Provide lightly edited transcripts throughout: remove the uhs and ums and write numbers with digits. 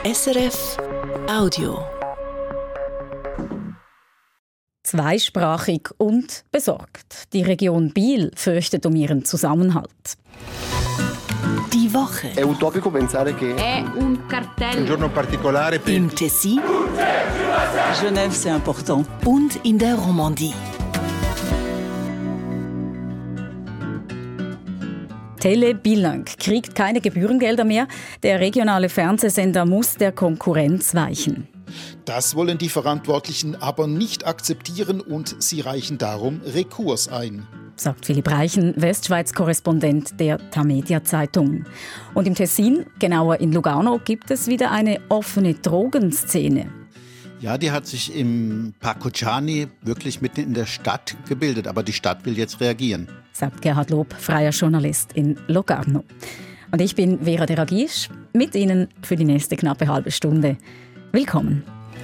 SRF Audio. Zweisprachig und besorgt. Die Region Biel fürchtet um ihren Zusammenhalt. Die Woche. È utopico pensare che È un cartello. Un giorno particolare per Im Tessin Genève, c'est important. und in der Romandie. Tele Bilang kriegt keine Gebührengelder mehr. Der regionale Fernsehsender muss der Konkurrenz weichen. Das wollen die Verantwortlichen aber nicht akzeptieren und sie reichen darum Rekurs ein. Sagt Philipp Reichen, Westschweiz-Korrespondent der Tamedia-Zeitung. Und im Tessin, genauer in Lugano, gibt es wieder eine offene Drogenszene. Ja, die hat sich im Parco Ciani wirklich mitten in der Stadt gebildet. Aber die Stadt will jetzt reagieren. Sagt Gerhard Lob, freier Journalist in Locarno. Und ich bin Vera de Ragisch, mit Ihnen für die nächste knappe halbe Stunde. Willkommen.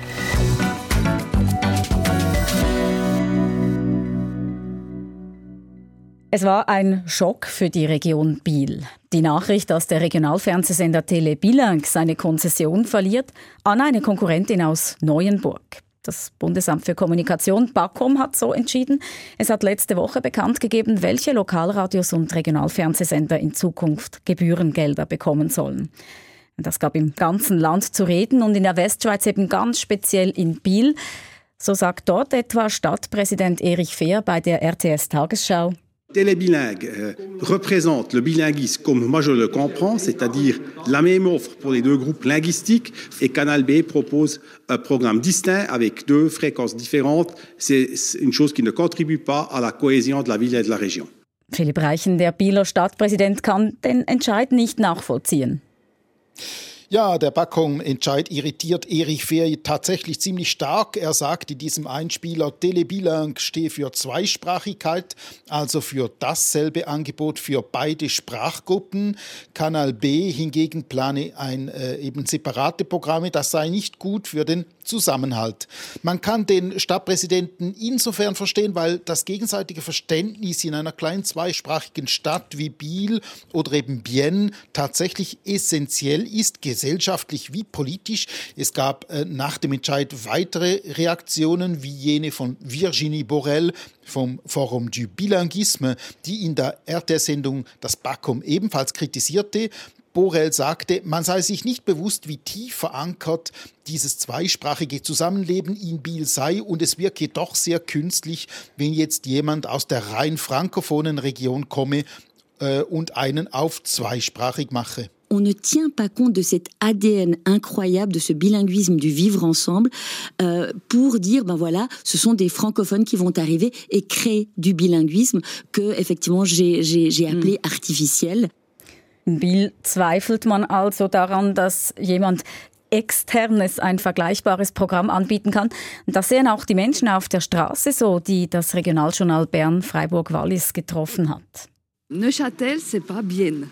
Es war ein Schock für die Region Biel. Die Nachricht, dass der Regionalfernsehsender Tele Bilang seine Konzession verliert an eine Konkurrentin aus Neuenburg. Das Bundesamt für Kommunikation, BAKOM, hat so entschieden. Es hat letzte Woche bekannt gegeben, welche Lokalradios und Regionalfernsehsender in Zukunft Gebührengelder bekommen sollen. Das gab im ganzen Land zu reden und in der Westschweiz eben ganz speziell in Biel. So sagt dort etwa Stadtpräsident Erich Fehr bei der RTS Tagesschau: Télé bilingue représente le bilinguisme comme moi je le comprends, c'est-à-dire la même offre pour les deux groupes linguistiques, et Canal B propose un programme distinct avec deux fréquences différentes. C'est une chose qui ne contribue pas à la cohésion de la ville et de la région. Philipp Reichen, der Bieler Stadtpräsident, kann den Entscheid nicht nachvollziehen. Ja, der BAKOM-Entscheid irritiert Erich Fehr tatsächlich ziemlich stark. Er sagt in diesem Einspieler, Tele Bilang stehe für Zweisprachigkeit, also für dasselbe Angebot für beide Sprachgruppen. Kanal B hingegen plane eben separate Programme, das sei nicht gut für den Zusammenhalt. Man kann den Stadtpräsidenten insofern verstehen, weil das gegenseitige Verständnis in einer kleinen zweisprachigen Stadt wie Biel oder eben Bienne tatsächlich essentiell ist, gesellschaftlich wie politisch. Es gab nach dem Entscheid weitere Reaktionen, wie jene von Virginie Borel vom Forum du Bilinguisme, die in der RTS-Sendung das BAKOM ebenfalls kritisierte. Borel sagte, man sei sich nicht bewusst, wie tief verankert dieses zweisprachige Zusammenleben in Biel sei und es wirke doch sehr künstlich, wenn jetzt jemand aus der rein frankophonen Region komme und einen auf zweisprachig mache. On ne tient pas compte de cet ADN incroyable, de ce bilinguisme du vivre ensemble, pour dire, ben voilà, ce sont des francophones qui vont arriver et créer du bilinguisme que, effectivement, j'ai appelé artificiel. In Biel zweifelt man also daran, dass jemand Externes ein vergleichbares Programm anbieten kann. Und das sehen auch die Menschen auf der Straße so, die das Regionaljournal Bern Freiburg-Wallis getroffen hat. Neuchâtel, c'est pas Bienne.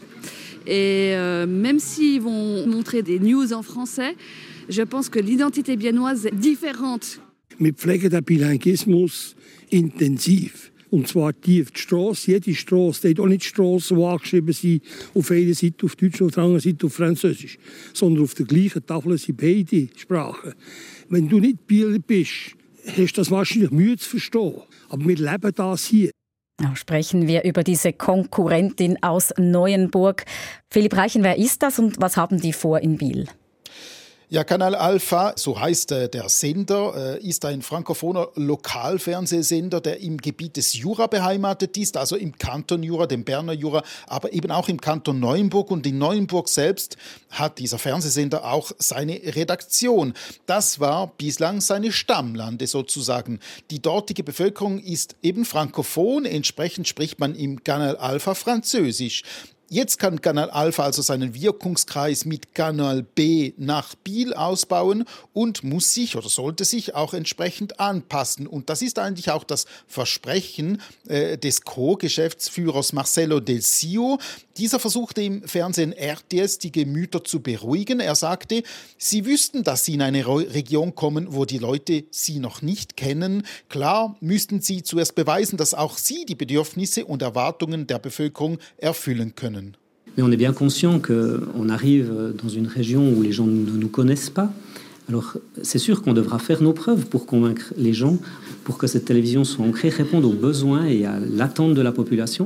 Et même s'ils vont montrer des news en français, je pense que l'identité biennoise est différente. Wir pflegen den Bilinguismus intensiv. Und zwar tief die Strasse, jede Strasse, die hat auch nicht Strassen, die angeschrieben sind, auf einer Seite auf Deutsch und auf der anderen Seite auf Französisch, sondern auf der gleichen Tafel sind beide Sprachen. Wenn du nicht Bieler bist, hast du das wahrscheinlich Mühe zu verstehen. Aber wir leben das hier. Ja, sprechen wir über diese Konkurrentin aus Neuenburg. Philipp Reichen, wer ist das und was haben die vor in Biel? Ja, Kanal Alpha, so heißt der Sender, ist ein frankophoner Lokalfernsehsender, der im Gebiet des Jura beheimatet ist, also im Kanton Jura, dem Berner Jura, aber eben auch im Kanton Neuenburg. Und in Neuenburg selbst hat dieser Fernsehsender auch seine Redaktion. Das war bislang seine Stammlande sozusagen. Die dortige Bevölkerung ist eben frankophon, entsprechend spricht man im Kanal Alpha Französisch. Jetzt kann Kanal Alpha also seinen Wirkungskreis mit Kanal B nach Biel ausbauen und muss sich oder sollte sich auch entsprechend anpassen. Und das ist eigentlich auch das Versprechen des Co-Geschäftsführers Marcelo Del Cio. Dieser versuchte im Fernsehen RTS die Gemüter zu beruhigen. Er sagte, sie wüssten, dass sie in eine Region kommen, wo die Leute sie noch nicht kennen. Klar müssten sie zuerst beweisen, dass auch sie die Bedürfnisse und Erwartungen der Bevölkerung erfüllen können. Mais on est bien conscient qu'on arrive dans une région où les gens ne nous connaissent pas. Alors, c'est sûr qu'on devra faire nos preuves pour convaincre les gens, pour que cette télévision soit ancrée, réponde aux besoins et à l'attente de la population.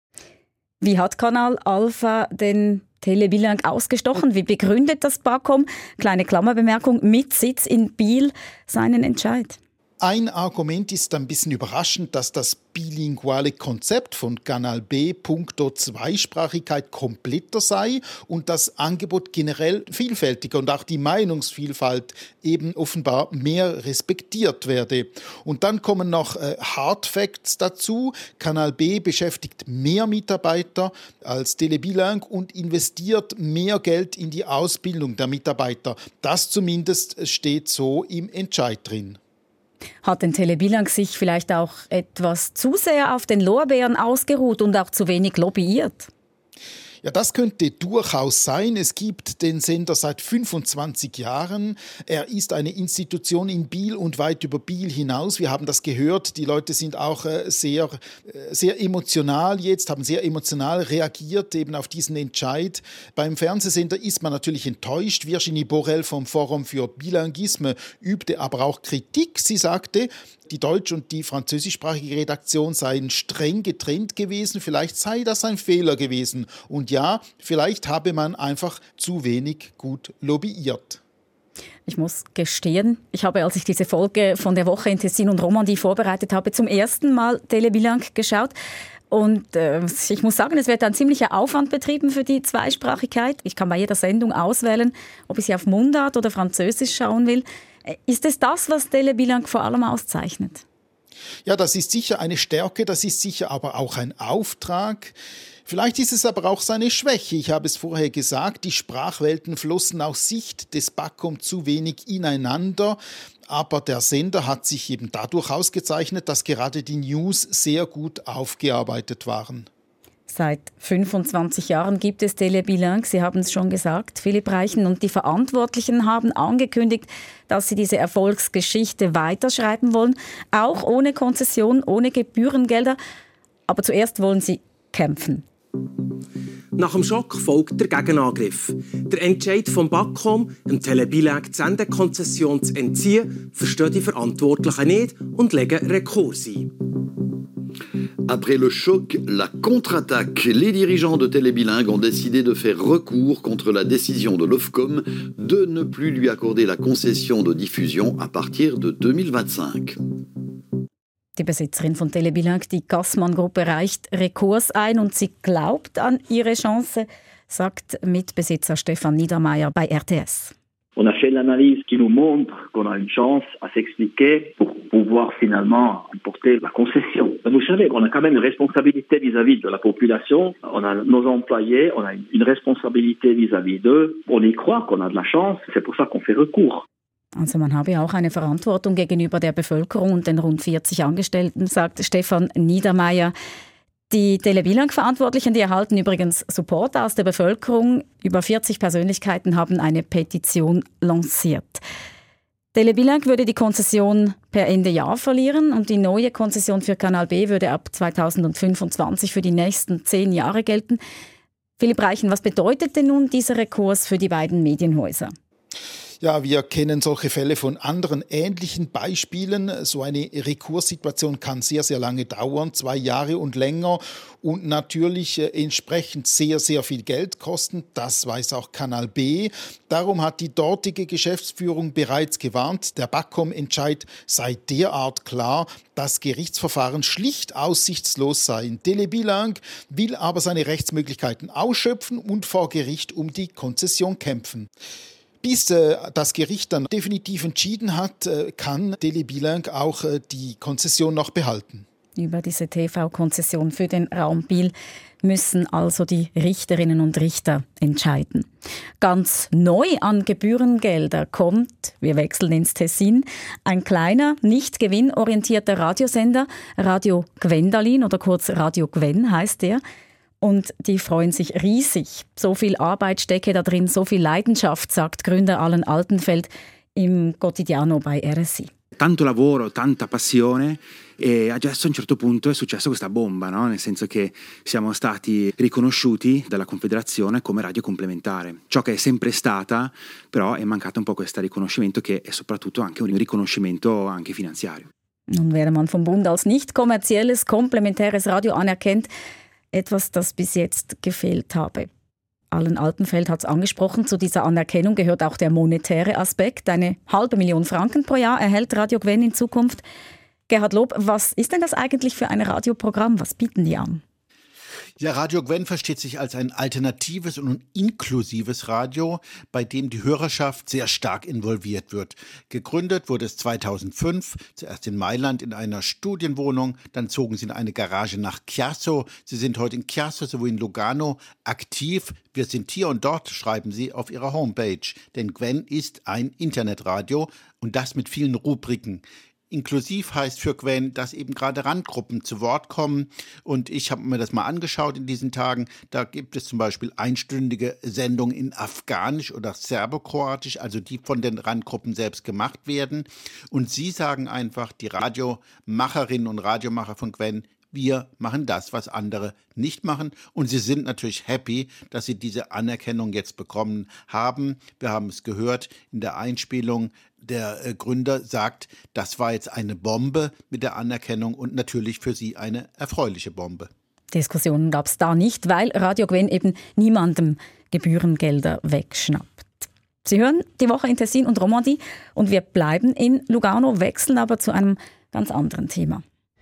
Wie hat Kanal Alpha den Telebilang ausgestochen? Wie begründet das BAKOM, kleine Klammerbemerkung, mit Sitz in Biel, seinen Entscheid? Ein Argument ist ein bisschen überraschend, dass das bilinguale Konzept von Kanal B punkto Zweisprachigkeit kompletter sei und das Angebot generell vielfältiger und auch die Meinungsvielfalt eben offenbar mehr respektiert werde. Und dann kommen noch Hard Facts dazu. Kanal B beschäftigt mehr Mitarbeiter als Telebilang und investiert mehr Geld in die Ausbildung der Mitarbeiter. Das zumindest steht so im Entscheid drin. Hat denn Telebilang sich vielleicht auch etwas zu sehr auf den Lorbeeren ausgeruht und auch zu wenig lobbyiert? Ja, das könnte durchaus sein. Es gibt den Sender seit 25 Jahren. Er ist eine Institution in Biel und weit über Biel hinaus. Wir haben das gehört. Die Leute sind auch sehr emotional jetzt, haben sehr emotional reagiert eben auf diesen Entscheid. Beim Fernsehsender ist man natürlich enttäuscht. Virginie Borel vom Forum für Bilinguisme übte aber auch Kritik. Sie sagte, die deutsch- und die französischsprachige Redaktion seien streng getrennt gewesen. Vielleicht sei das ein Fehler gewesen. Und ja, vielleicht habe man einfach zu wenig gut lobbyiert. Ich muss gestehen, ich habe, als ich diese Folge von der Woche in Tessin und Romandie vorbereitet habe, zum ersten Mal Telebilang geschaut. Und ich muss sagen, es wird ein ziemlicher Aufwand betrieben für die Zweisprachigkeit. Ich kann bei jeder Sendung auswählen, ob ich sie auf Mundart oder Französisch schauen will. Ist es das, was Telebilang vor allem auszeichnet? Ja, das ist sicher eine Stärke, das ist sicher aber auch ein Auftrag. Vielleicht ist es aber auch seine Schwäche. Ich habe es vorher gesagt, die Sprachwelten flossen aus Sicht des BAKOM zu wenig ineinander. Aber der Sender hat sich eben dadurch ausgezeichnet, dass gerade die News sehr gut aufgearbeitet waren. Seit 25 Jahren gibt es Telebilang, Sie haben es schon gesagt, Philipp Reichen, und die Verantwortlichen haben angekündigt, dass sie diese Erfolgsgeschichte weiterschreiben wollen, auch ohne Konzession, ohne Gebührengelder. Aber zuerst wollen sie kämpfen. Nach dem Schock folgt der Gegenangriff. Der Entscheid vom BAKOM, dem Telebilang die Sendekonzession zu entziehen, verstehen die Verantwortlichen nicht und legen Rekurs ein. Après le choc, la contre-attaque. Les dirigeants de Télébilingue ont décidé de faire recours contre la décision de l'Ofcom de ne plus lui accorder la concession de diffusion à partir de 2025. Die Besitzerin von Telebilang, die Gassmann-Gruppe, reicht Rekurs ein und sie glaubt an ihre Chance, sagt Mitbesitzer Stefan Niedermeyer bei RTS. On a fait l'analyse qui nous montre qu'on a une chance à s'expliquer pour pouvoir finalement emporter la concession. Vous savez, on a quand même une responsabilité vis-à-vis de la population. On a nos employés, on a une responsabilité vis-à-vis d'eux. On y croit qu'on a de la chance, c'est pour ça qu'on fait recours. Also man habe auch eine Verantwortung gegenüber der Bevölkerung und den rund 40 Angestellten, sagt Stefan Niedermeyer. Die Telebilang-Verantwortlichen, die erhalten übrigens Support aus der Bevölkerung. Über 40 Persönlichkeiten haben eine Petition lanciert. Telebilang würde die Konzession per Ende Jahr verlieren und die neue Konzession für Kanal B würde ab 2025 für die nächsten 10 Jahre gelten. Philipp Reichen, was bedeutet denn nun dieser Rekurs für die beiden Medienhäuser? Ja, wir kennen solche Fälle von anderen ähnlichen Beispielen. So eine Rekurssituation kann sehr, sehr lange dauern, 2 Jahre und länger und natürlich entsprechend sehr, sehr viel Geld kosten. Das weiß auch Kanal B. Darum hat die dortige Geschäftsführung bereits gewarnt, der BAKOM-Entscheid sei derart klar, dass Gerichtsverfahren schlicht aussichtslos seien. Telebilang will aber seine Rechtsmöglichkeiten ausschöpfen und vor Gericht um die Konzession kämpfen. Bis das Gericht dann definitiv entschieden hat, kann Telebilang auch die Konzession noch behalten. Über diese TV-Konzession für den Raum Biel müssen also die Richterinnen und Richter entscheiden. Ganz neu an Gebührengelder kommt, wir wechseln ins Tessin, ein kleiner, nicht gewinnorientierter Radiosender, Radio Gwendalin oder kurz Radio Gwen heißt der. Und die freuen sich riesig. So viel Arbeit stecke da drin, so viel Leidenschaft, sagt Gründer Alan Altenfeld im Quotidiano bei RSI. Tanto lavoro, tanta passione E adesso a un certo punto è successa questa bomba, no? Nel senso che siamo stati riconosciuti dalla Confederazione come radio complementare. Ciò che è sempre stata, però è mancato un po' questo riconoscimento, che è soprattutto anche un riconoscimento anche finanziario. Nun werde man vom Bund als nicht kommerzielles, komplementäres Radio anerkennt, etwas, das bis jetzt gefehlt habe. Allen Alpenfeld hat es angesprochen, zu dieser Anerkennung gehört auch der monetäre Aspekt. 500.000 Franken pro Jahr erhält Radio Gwen in Zukunft. Gerhard Lob, was ist denn das eigentlich für ein Radioprogramm? Was bieten die an? Ja, Radio Gwen versteht sich als ein alternatives und inklusives Radio, bei dem die Hörerschaft sehr stark involviert wird. Gegründet wurde es 2005, zuerst in Mailand in einer Studienwohnung, dann zogen sie in eine Garage nach Chiasso. Sie sind heute in Chiasso sowie in Lugano aktiv. Wir sind hier und dort, schreiben sie auf ihrer Homepage. Denn Gwen ist ein Internetradio und das mit vielen Rubriken. Inklusiv heißt für Gwen, dass eben gerade Randgruppen zu Wort kommen. Und ich habe mir das mal angeschaut in diesen Tagen. Da gibt es zum Beispiel einstündige Sendungen in Afghanisch oder Serbokroatisch, also die von den Randgruppen selbst gemacht werden. Und sie sagen einfach, die Radiomacherinnen und Radiomacher von Gwen, wir machen das, was andere nicht machen. Und sie sind natürlich happy, dass sie diese Anerkennung jetzt bekommen haben. Wir haben es gehört in der Einspielung. Der Gründer sagt, das war jetzt eine Bombe mit der Anerkennung und natürlich für sie eine erfreuliche Bombe. Diskussionen gab es da nicht, weil Radio Gwen eben niemandem Gebührengelder wegschnappt. Sie hören die Woche in Tessin und Romandie und wir bleiben in Lugano, wechseln aber zu einem ganz anderen Thema.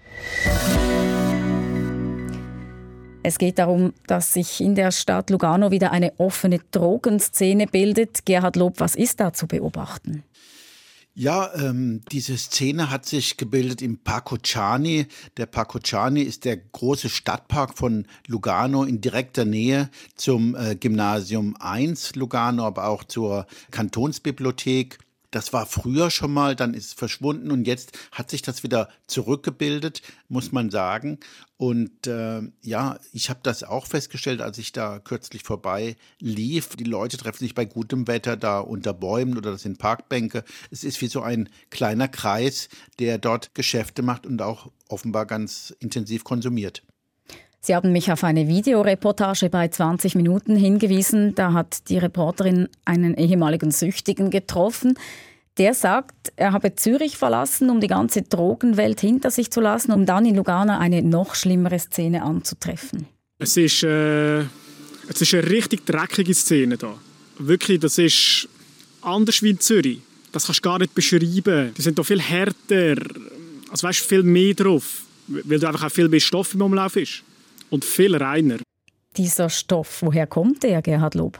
Es geht darum, dass sich in der Stadt Lugano wieder eine offene Drogenszene bildet. Gerhard Lob, was ist da zu beobachten? Ja, diese Szene hat sich gebildet im Parco Ciani. Der Parco Ciani ist der große Stadtpark von Lugano in direkter Nähe zum Gymnasium 1 Lugano, aber auch zur Kantonsbibliothek. Das war früher schon mal, dann ist es verschwunden und jetzt hat sich das wieder zurückgebildet, muss man sagen. Und ja, ich habe das auch festgestellt, als ich da kürzlich vorbei lief. Die Leute treffen sich bei gutem Wetter da unter Bäumen oder das sind Parkbänke. Es ist wie so ein kleiner Kreis, der dort Geschäfte macht und auch offenbar ganz intensiv konsumiert. Sie haben mich auf eine Videoreportage bei 20 Minuten hingewiesen. Da hat die Reporterin einen ehemaligen Süchtigen getroffen. Der sagt, er habe Zürich verlassen, um die ganze Drogenwelt hinter sich zu lassen, um dann in Lugano eine noch schlimmere Szene anzutreffen. Es ist eine richtig dreckige Szene da. Wirklich, das ist anders wie in Zürich. Das kannst du gar nicht beschreiben. Die sind da viel härter, also weißt, viel mehr drauf, weil da einfach auch viel mehr Stoff im Umlauf ist. Und viel reiner. Dieser Stoff, woher kommt der, Gerhard Lob?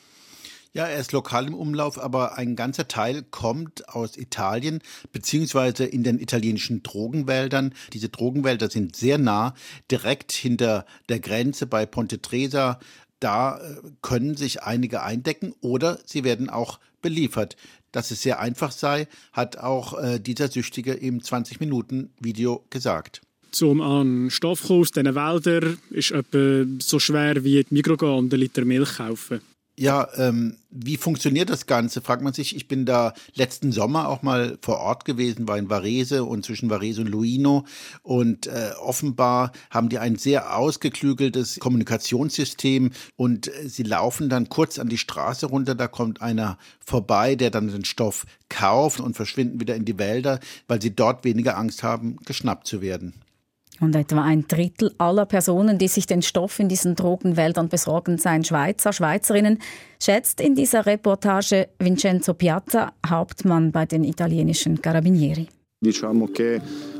Ja, er ist lokal im Umlauf, aber ein ganzer Teil kommt aus Italien, beziehungsweise in den italienischen Drogenwäldern. Diese Drogenwälder sind sehr nah, direkt hinter der Grenze bei Ponte Tresa. Da können sich einige eindecken oder sie werden auch beliefert. Dass es sehr einfach sei, hat auch dieser Süchtige im 20-Minuten-Video gesagt. Um an Stoff zu kommen aus diesen Wäldern ist etwa so schwer wie die Migros gehen und einen Liter Milch kaufen. Ja, wie funktioniert das Ganze, fragt man sich. Ich bin da letzten Sommer auch mal vor Ort gewesen, war in Varese und zwischen Varese und Luino. Und offenbar haben die ein sehr ausgeklügeltes Kommunikationssystem und sie laufen dann kurz an die Straße runter. Da kommt einer vorbei, der dann den Stoff kauft und verschwinden wieder in die Wälder, weil sie dort weniger Angst haben, geschnappt zu werden. Und etwa 1/3 aller Personen, die sich den Stoff in diesen Drogenwäldern besorgen, seien Schweizer, Schweizerinnen, schätzt in dieser Reportage Vincenzo Piazza, Hauptmann bei den italienischen Carabinieri. Diciamo che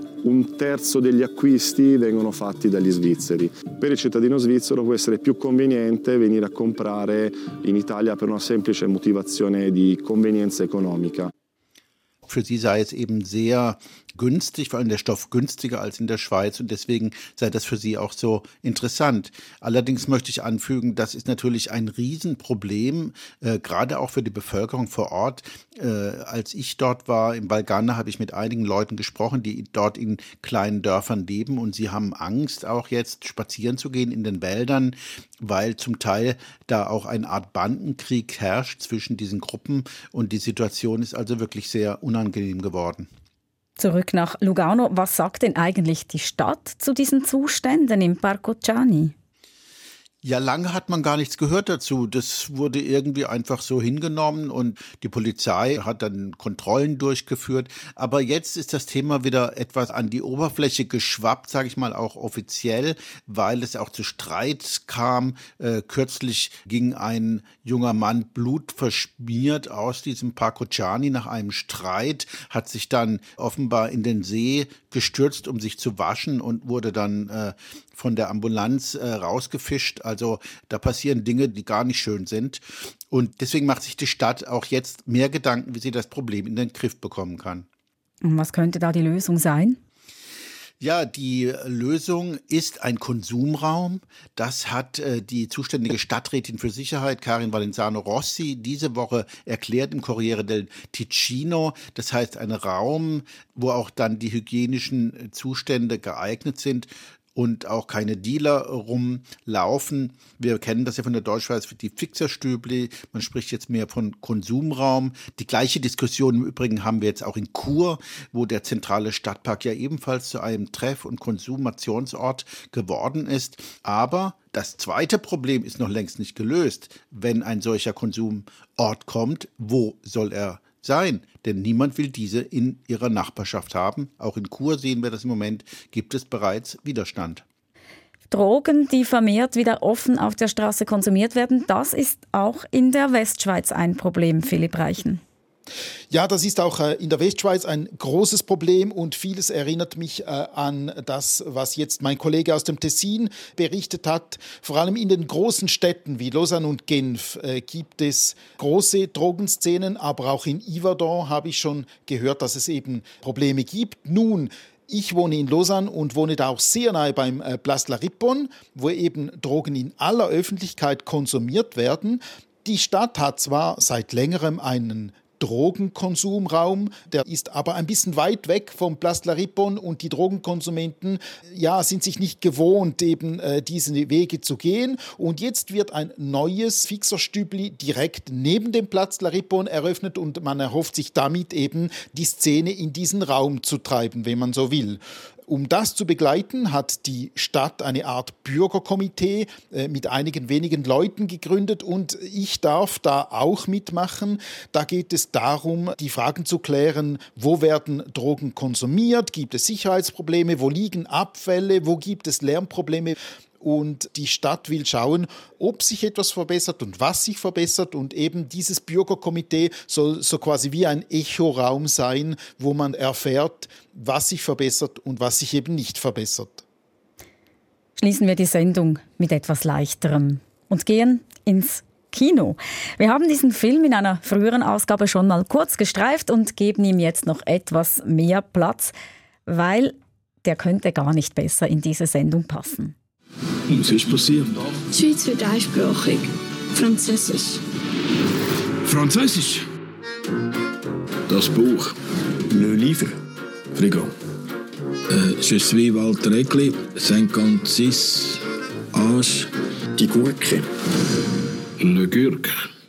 1/3 degli acquisti vengono fatti dagli svizzeri. Per il cittadino svizzero può essere più conveniente venire a comprare in Italia per una semplice motivazione di convenienza economica. Für sie sei es eben sehr günstig, vor allem der Stoff günstiger als in der Schweiz und deswegen sei das für sie auch so interessant. Allerdings möchte ich anfügen, das ist natürlich ein Riesenproblem, gerade auch für die Bevölkerung vor Ort. Als ich dort war, im Valgana, habe ich mit einigen Leuten gesprochen, die dort in kleinen Dörfern leben und sie haben Angst, auch jetzt spazieren zu gehen in den Wäldern, weil zum Teil da auch eine Art Bandenkrieg herrscht zwischen diesen Gruppen und die Situation ist also wirklich sehr unangenehm geworden. Zurück nach Lugano. Was sagt denn eigentlich die Stadt zu diesen Zuständen im Parco Giani? Ja, lange hat man gar nichts gehört dazu. Das wurde irgendwie einfach so hingenommen und die Polizei hat dann Kontrollen durchgeführt. Aber jetzt ist das Thema wieder etwas an die Oberfläche geschwappt, sage ich mal auch offiziell, weil es auch zu Streit kam. Kürzlich ging ein junger Mann blutverschmiert aus diesem Parco Giani nach einem Streit, hat sich dann offenbar in den See gestürzt, um sich zu waschen und wurde dann von der Ambulanz rausgefischt. Also da passieren Dinge, die gar nicht schön sind. Und deswegen macht sich die Stadt auch jetzt mehr Gedanken, wie sie das Problem in den Griff bekommen kann. Und was könnte da die Lösung sein? Ja, die Lösung ist ein Konsumraum. Das hat die zuständige Stadträtin für Sicherheit, Karin Valenzano Rossi, diese Woche erklärt im Corriere del Ticino. Das heißt, ein Raum, wo auch dann die hygienischen Zustände geeignet sind und auch keine Dealer rumlaufen. Wir kennen das ja von der Deutschschweiz, die Fixerstübli. Man spricht jetzt mehr von Konsumraum. Die gleiche Diskussion im Übrigen haben wir jetzt auch in Chur, wo der zentrale Stadtpark ja ebenfalls zu einem Treff- und Konsumationsort geworden ist. Aber das zweite Problem ist noch längst nicht gelöst. Wenn ein solcher Konsumort kommt, wo soll er sein? Denn niemand will diese in ihrer Nachbarschaft haben. Auch in Chur sehen wir das im Moment, gibt es bereits Widerstand. Drogen, die vermehrt wieder offen auf der Straße konsumiert werden, das ist auch in der Westschweiz ein Problem, Philipp Reichen. Ja, das ist auch in der Westschweiz ein großes Problem und vieles erinnert mich an das, was jetzt mein Kollege aus dem Tessin berichtet hat. Vor allem in den großen Städten wie Lausanne und Genf gibt es große Drogenszenen, aber auch in Yverdon habe ich schon gehört, dass es eben Probleme gibt. Nun, ich wohne in Lausanne und wohne da auch sehr nahe beim Place la Riponne, wo eben Drogen in aller Öffentlichkeit konsumiert werden. Die Stadt hat zwar seit längerem einen Drogenkonsumraum, der ist aber ein bisschen weit weg vom Place la Riponne und die Drogenkonsumenten sind sich nicht gewohnt, eben diese Wege zu gehen. Und jetzt wird ein neues Fixerstübli direkt neben dem Place la Riponne eröffnet und man erhofft sich damit eben die Szene in diesen Raum zu treiben, wenn man so will. Um das zu begleiten, hat die Stadt eine Art Bürgerkomitee mit einigen wenigen Leuten gegründet und ich darf da auch mitmachen. Da geht es darum, die Fragen zu klären, wo werden Drogen konsumiert, gibt es Sicherheitsprobleme, wo liegen Abfälle, wo gibt es Lärmprobleme. Und die Stadt will schauen, ob sich etwas verbessert und was sich verbessert. Und eben dieses Bürgerkomitee soll so quasi wie ein Echoraum sein, wo man erfährt, was sich verbessert und was sich eben nicht verbessert. Schließen wir die Sendung mit etwas Leichterem und gehen ins Kino. Wir haben diesen Film in einer früheren Ausgabe schon mal kurz gestreift und geben ihm jetzt noch etwas mehr Platz, weil der könnte gar nicht besser in diese Sendung passen. Was ist passiert? Die Schweiz wird einsprachig. Französisch. Französisch? Das Buch. Le livre. Frigo. Je suis Walter Eckli, 56 âge. Die Gurke. Le Gurk.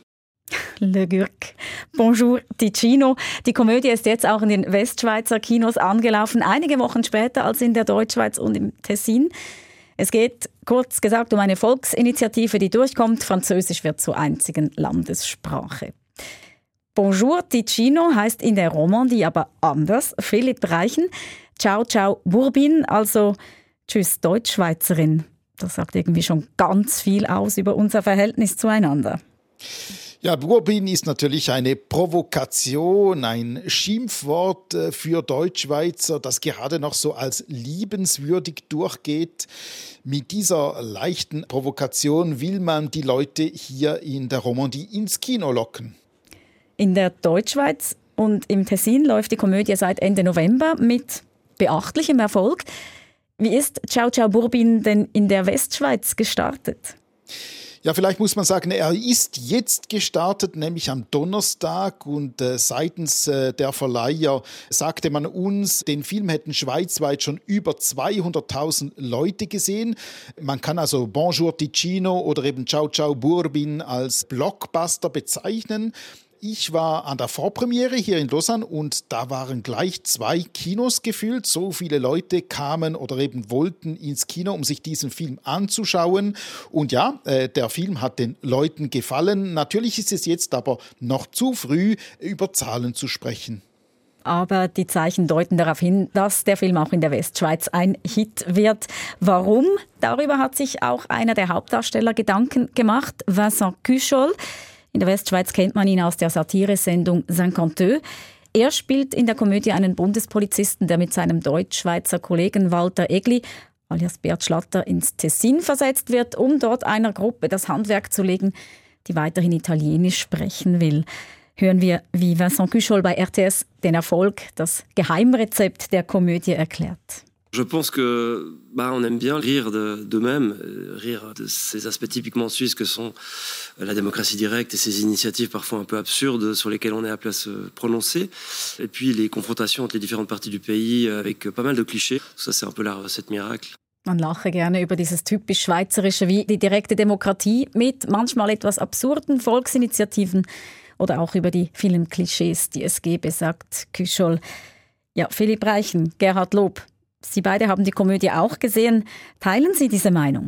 Le Gurk. Bonjour Ticino. Die Komödie ist jetzt auch in den Westschweizer Kinos angelaufen, einige Wochen später als in der Deutschschweiz und im Tessin. Es geht, kurz gesagt, um eine Volksinitiative, die durchkommt. Französisch wird zur einzigen Landessprache. Bonjour Ticino heißt in der Romandie aber anders. Philipp Reichen. Ciao, ciao, Bourbin, also tschüss, Deutschschweizerin. Das sagt irgendwie schon ganz viel aus über unser Verhältnis zueinander. Ja, Bourbin ist natürlich eine Provokation, ein Schimpfwort für Deutschschweizer, das gerade noch so als liebenswürdig durchgeht. Mit dieser leichten Provokation will man die Leute hier in der Romandie ins Kino locken. In der Deutschschweiz und im Tessin läuft die Komödie seit Ende November mit beachtlichem Erfolg. Wie ist Ciao, ciao, Bourbin denn in der Westschweiz gestartet? Ja, vielleicht muss man sagen, er ist jetzt gestartet, nämlich am Donnerstag und seitens der Verleiher sagte man uns, den Film hätten schweizweit schon über 200.000 Leute gesehen. Man kann also Bonjour Ticino oder eben Ciao Ciao Bourbin als Blockbuster bezeichnen. Ich war an der Vorpremiere hier in Lausanne und da waren gleich 2 Kinos gefüllt. So viele Leute kamen oder eben wollten ins Kino, um sich diesen Film anzuschauen. Und ja, der Film hat den Leuten gefallen. Natürlich ist es jetzt aber noch zu früh, über Zahlen zu sprechen. Aber die Zeichen deuten darauf hin, dass der Film auch in der Westschweiz ein Hit wird. Warum? Darüber hat sich auch einer der Hauptdarsteller Gedanken gemacht, Vincent Cuchol. In der Westschweiz kennt man ihn aus der Satiresendung 52. Er spielt in der Komödie einen Bundespolizisten, der mit seinem Deutschschweizer Kollegen Walter Egli, alias Bert Schlatter, ins Tessin versetzt wird, um dort einer Gruppe das Handwerk zu legen, die weiterhin Italienisch sprechen will. Hören wir, wie Vincent Cuchol bei RTS den Erfolg, das Geheimrezept der Komödie erklärt. Je pense que on aime bien rire d'eux-mêmes, rire de ces aspects typiquement suisses que sont la démocratie directe et ces initiatives parfois un peu absurdes sur lesquelles on est appelé à se prononcer. Et puis les confrontations entre les différentes parties du pays avec pas mal de clichés. Ça, c'est un peu la recette miracle. Man lache gerne über dieses typisch Schweizerische wie die direkte Demokratie mit manchmal etwas absurden Volksinitiativen oder auch über die vielen Klischees, die es gäbe, sagt Cuchol. Ja, Philipp Reichen, Gerhard Lob. Sie beide haben die Komödie auch gesehen. Teilen Sie diese Meinung?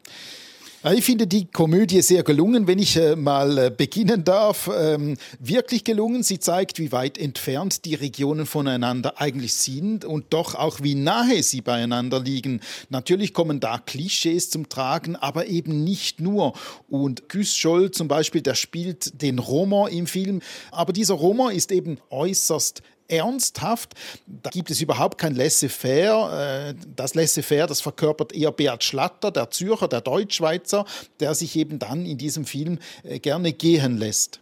Ich finde die Komödie sehr gelungen, wenn ich mal beginnen darf. Wirklich gelungen. Sie zeigt, wie weit entfernt die Regionen voneinander eigentlich sind und doch auch, wie nahe sie beieinander liegen. Natürlich kommen da Klischees zum Tragen, aber eben nicht nur. Und Cuchol zum Beispiel, der spielt den Roman im Film. Aber dieser Roman ist eben äußerst ernsthaft. Da gibt es überhaupt kein Laissez-faire. Das Laissez-faire, das verkörpert eher Bert Schlatter, der Zürcher, der Deutschschweizer, der sich eben dann in diesem Film gerne gehen lässt.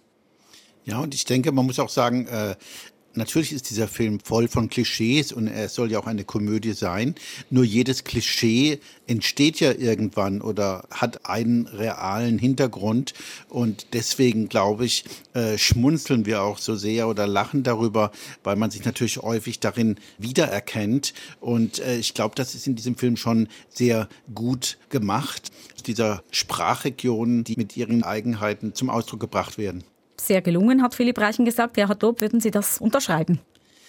Ja, und ich denke, man muss auch sagen, natürlich ist dieser Film voll von Klischees und er soll ja auch eine Komödie sein. Nur jedes Klischee entsteht ja irgendwann oder hat einen realen Hintergrund. Und deswegen, glaube ich, schmunzeln wir auch so sehr oder lachen darüber, weil man sich natürlich häufig darin wiedererkennt. Und ich glaube, das ist in diesem Film schon sehr gut gemacht. Dieser Sprachregionen, die mit ihren Eigenheiten zum Ausdruck gebracht werden. Sehr gelungen, hat Philipp Reichen gesagt. Gerhard Lob, würden Sie das unterschreiben?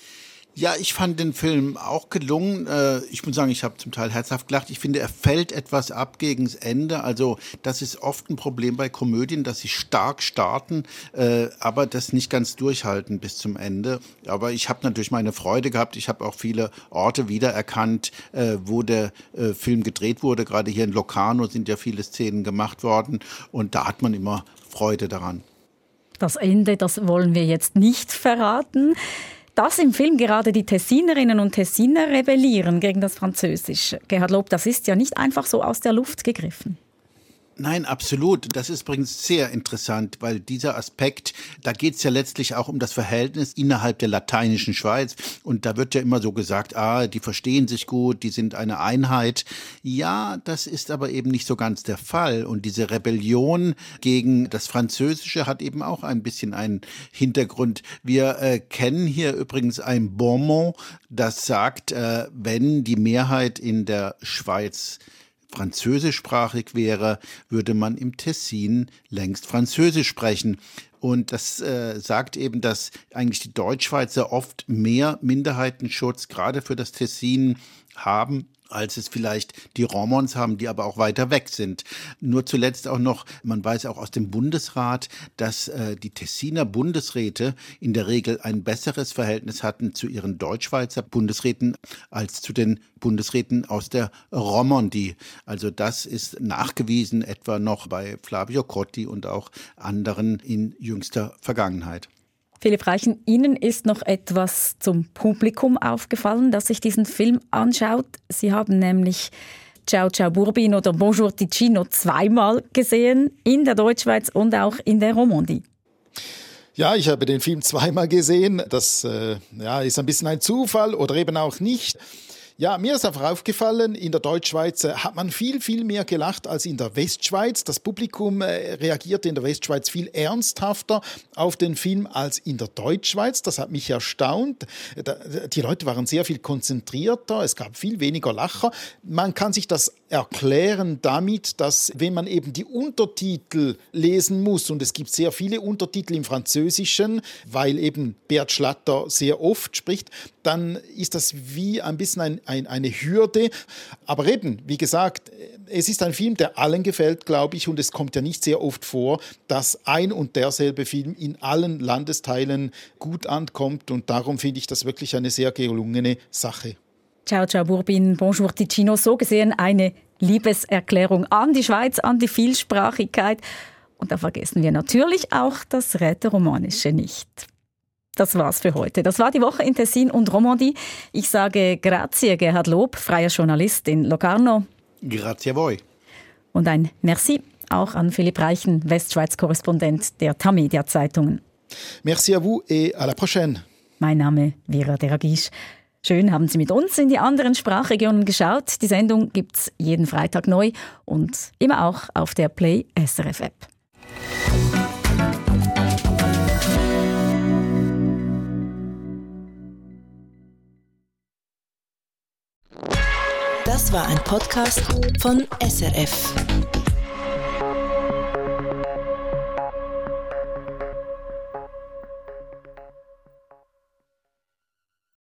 Ja, ich fand den Film auch gelungen. Ich muss sagen, ich habe zum Teil herzhaft gelacht. Ich finde, er fällt etwas ab gegen das Ende. Also das ist oft ein Problem bei Komödien, dass sie stark starten, aber das nicht ganz durchhalten bis zum Ende. Aber ich habe natürlich meine Freude gehabt. Ich habe auch viele Orte wiedererkannt, wo der Film gedreht wurde. Gerade hier in Locarno sind ja viele Szenen gemacht worden und da hat man immer Freude daran. Das Ende, das wollen wir jetzt nicht verraten. Dass im Film gerade die Tessinerinnen und Tessiner rebellieren gegen das Französische. Gerhard Lob, das ist ja nicht einfach so aus der Luft gegriffen. Nein, absolut. Das ist übrigens sehr interessant, weil dieser Aspekt, da geht es ja letztlich auch um das Verhältnis innerhalb der lateinischen Schweiz. Und da wird ja immer so gesagt, die verstehen sich gut, die sind eine Einheit. Ja, das ist aber eben nicht so ganz der Fall. Und diese Rebellion gegen das Französische hat eben auch ein bisschen einen Hintergrund. Wir kennen hier übrigens ein Bonmot, das sagt, wenn die Mehrheit in der Schweiz französischsprachig wäre, würde man im Tessin längst Französisch sprechen. Und das sagt eben, dass eigentlich die Deutschschweizer oft mehr Minderheitenschutz gerade für das Tessin haben, als es vielleicht die Romans haben, die aber auch weiter weg sind. Nur zuletzt auch noch, man weiß auch aus dem Bundesrat, dass die Tessiner Bundesräte in der Regel ein besseres Verhältnis hatten zu ihren Deutschschweizer Bundesräten als zu den Bundesräten aus der Romandie. Also das ist nachgewiesen, etwa noch bei Flavio Cotti und auch anderen in jüngster Vergangenheit. Philipp Reichen, Ihnen ist noch etwas zum Publikum aufgefallen, das sich diesen Film anschaut. Sie haben nämlich Ciao Ciao Bourbon oder Bonjour Ticino zweimal gesehen, in der Deutschschweiz und auch in der Romandie. Ja, ich habe den Film zweimal gesehen. Das ist ein bisschen ein Zufall oder eben auch nicht. Ja, mir ist einfach aufgefallen, in der Deutschschweiz hat man viel, viel mehr gelacht als in der Westschweiz. Das Publikum reagierte in der Westschweiz viel ernsthafter auf den Film als in der Deutschschweiz. Das hat mich erstaunt. Die Leute waren sehr viel konzentrierter, es gab viel weniger Lacher. Man kann sich das erklären damit, dass wenn man eben die Untertitel lesen muss, und es gibt sehr viele Untertitel im Französischen, weil eben Bert Schlatter sehr oft spricht, dann ist das wie ein bisschen eine Hürde. Aber eben, wie gesagt, es ist ein Film, der allen gefällt, glaube ich, und es kommt ja nicht sehr oft vor, dass ein und derselbe Film in allen Landesteilen gut ankommt, und darum finde ich das wirklich eine sehr gelungene Sache. Ciao, ciao, Bourbin, bonjour Ticino. So gesehen eine Liebeserklärung an die Schweiz, an die Vielsprachigkeit. Und da vergessen wir natürlich auch das Rätoromanische nicht. Das war's für heute. Das war die Woche in Tessin und Romandie. Ich sage grazie, Gerhard Lob, freier Journalist in Locarno. Grazie a voi. Und ein Merci auch an Philipp Reichen, Westschweiz-Korrespondent der Tamedia-Zeitungen. Merci à vous et à la prochaine. Mein Name Vera Deragisch. Schön, haben Sie mit uns in die anderen Sprachregionen geschaut. Die Sendung gibt's jeden Freitag neu und immer auch auf der Play SRF App. Das war ein Podcast von SRF.